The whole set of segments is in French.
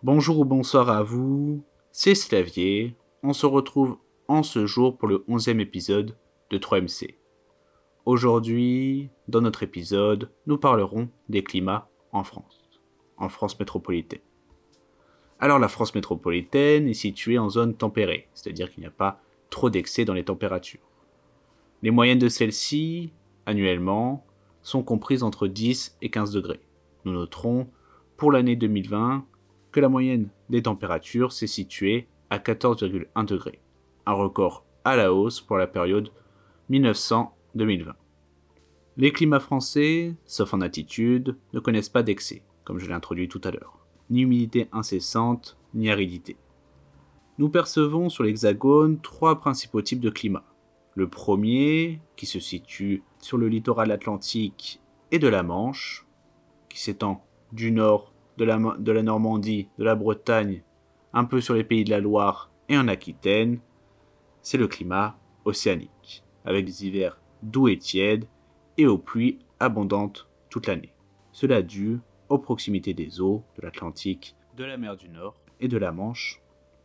Bonjour ou bonsoir à vous, c'est Slavier. On se retrouve en ce jour pour le 11e épisode de 3MC. Aujourd'hui, dans notre épisode, nous parlerons des climats en France métropolitaine. Alors la France métropolitaine est située en zone tempérée, c'est-à-dire qu'il n'y a pas trop d'excès dans les températures. Les moyennes de celles-ci, annuellement, sont comprises entre 10 et 15 degrés. Nous noterons, pour l'année 2020, que la moyenne des températures s'est située à 14,1 degrés, un record à la hausse pour la période 1900-2020. Les climats français, sauf en altitude, ne connaissent pas d'excès, comme je l'ai introduit tout à l'heure, ni humidité incessante, ni aridité. Nous percevons sur l'hexagone trois principaux types de climats. Le premier, qui se situe sur le littoral atlantique et de la Manche, qui s'étend du nord de la Normandie, de la Bretagne, un peu sur les pays de la Loire et en Aquitaine, c'est le climat océanique, avec des hivers doux et tièdes et aux pluies abondantes toute l'année. Cela dû aux proximités des eaux de l'Atlantique, de la mer du Nord et de la Manche,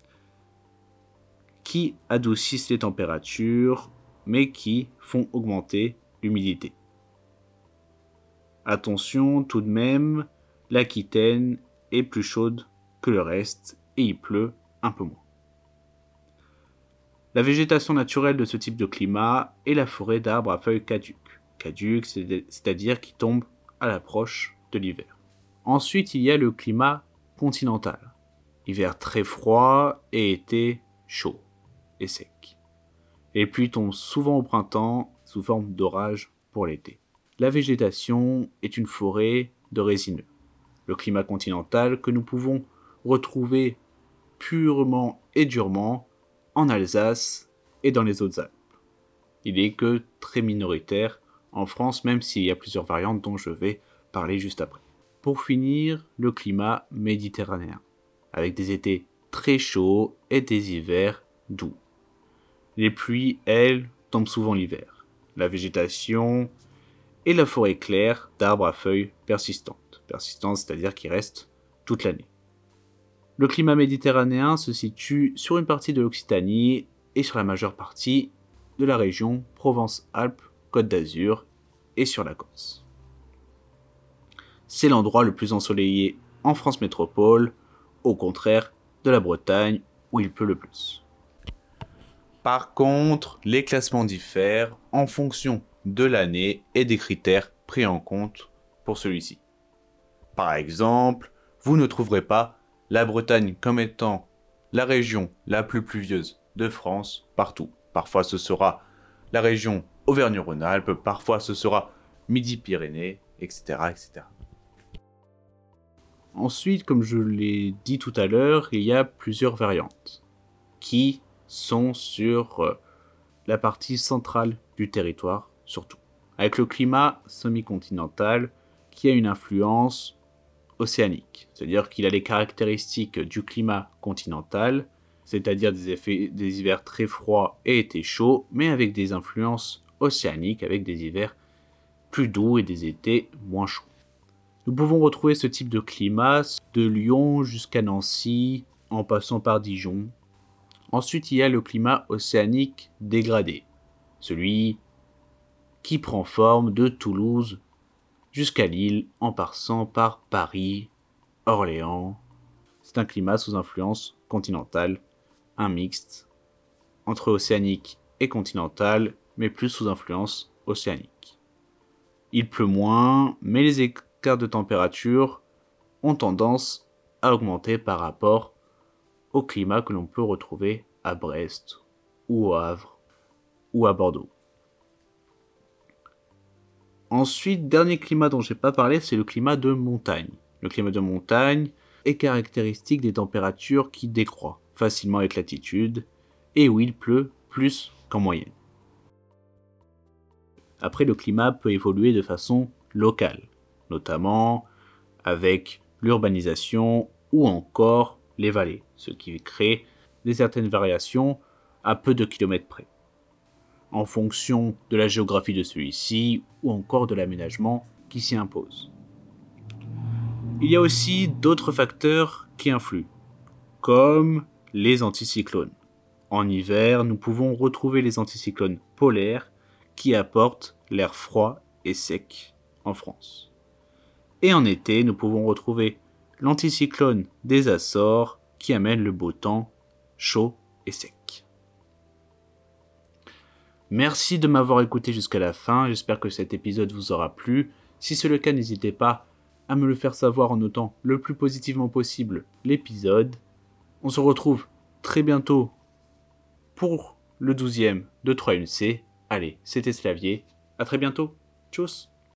qui adoucissent les températures, mais qui font augmenter l'humidité. Attention tout de même, l'Aquitaine est plus chaude que le reste et il pleut un peu moins. La végétation naturelle de ce type de climat est la forêt d'arbres à feuilles caduques. Caduques, c'est-à-dire qui tombent à l'approche de l'hiver. Ensuite, il y a le climat continental. Hiver très froid et été chaud et sec. Les pluies tombent souvent au printemps sous forme d'orage pour l'été. La végétation est une forêt de résineux. Le climat continental que nous pouvons retrouver purement et durement en Alsace et dans les Hautes-Alpes. Il est que très minoritaire en France, même s'il y a plusieurs variantes dont je vais parler juste après. Pour finir, le climat méditerranéen, avec des étés très chauds et des hivers doux. Les pluies, elles, tombent souvent l'hiver. La végétation et la forêt claire d'arbres à feuilles persistantes. Persistantes, c'est-à-dire qui restent toute l'année. Le climat méditerranéen se situe sur une partie de l'Occitanie et sur la majeure partie de la région Provence-Alpes-Côte d'Azur et sur la Corse. C'est l'endroit le plus ensoleillé en France métropole, au contraire de la Bretagne où il pleut le plus. Par contre, les classements diffèrent en fonction de l'année et des critères pris en compte pour celui-ci. Par exemple, vous ne trouverez pas la Bretagne comme étant la région la plus pluvieuse de France partout. Parfois ce sera la région Auvergne-Rhône-Alpes, parfois ce sera Midi-Pyrénées, etc., etc. Ensuite, comme je l'ai dit tout à l'heure, il y a plusieurs variantes qui sont sur la partie centrale du territoire surtout, avec le climat semi-continental qui a une influence océanique, c'est-à-dire qu'il a les caractéristiques du climat continental, c'est-à-dire des hivers très froids et étés chauds, mais avec des influences océaniques, avec des hivers plus doux et des étés moins chauds. Nous pouvons retrouver ce type de climat de Lyon jusqu'à Nancy, en passant par Dijon. Ensuite, il y a le climat océanique dégradé, celui qui prend forme de Toulouse jusqu'à Lille, en passant par Paris, Orléans. C'est un climat sous influence continentale, un mixte entre océanique et continental, mais plus sous influence océanique. Il pleut moins, mais les écarts de température ont tendance à augmenter par rapport au climat que l'on peut retrouver à Brest, ou au Havre, ou à Bordeaux. Ensuite, dernier climat dont je n'ai pas parlé, c'est le climat de montagne. Le climat de montagne est caractéristique des températures qui décroît facilement avec l'altitude et où il pleut plus qu'en moyenne. Après, le climat peut évoluer de façon locale, notamment avec l'urbanisation ou encore les vallées, ce qui crée certaines variations à peu de kilomètres près, en fonction de la géographie de celui-ci ou encore de l'aménagement qui s'y impose. Il y a aussi d'autres facteurs qui influent, comme les anticyclones. En hiver, nous pouvons retrouver les anticyclones polaires qui apportent l'air froid et sec en France. Et en été, nous pouvons retrouver l'anticyclone des Açores qui amène le beau temps chaud et sec. Merci de m'avoir écouté jusqu'à la fin, j'espère que cet épisode vous aura plu. Si c'est le cas, n'hésitez pas à me le faire savoir en notant le plus positivement possible l'épisode. On se retrouve très bientôt pour le 12e de 3MC. Allez, c'était Slavier, à très bientôt, tchuss.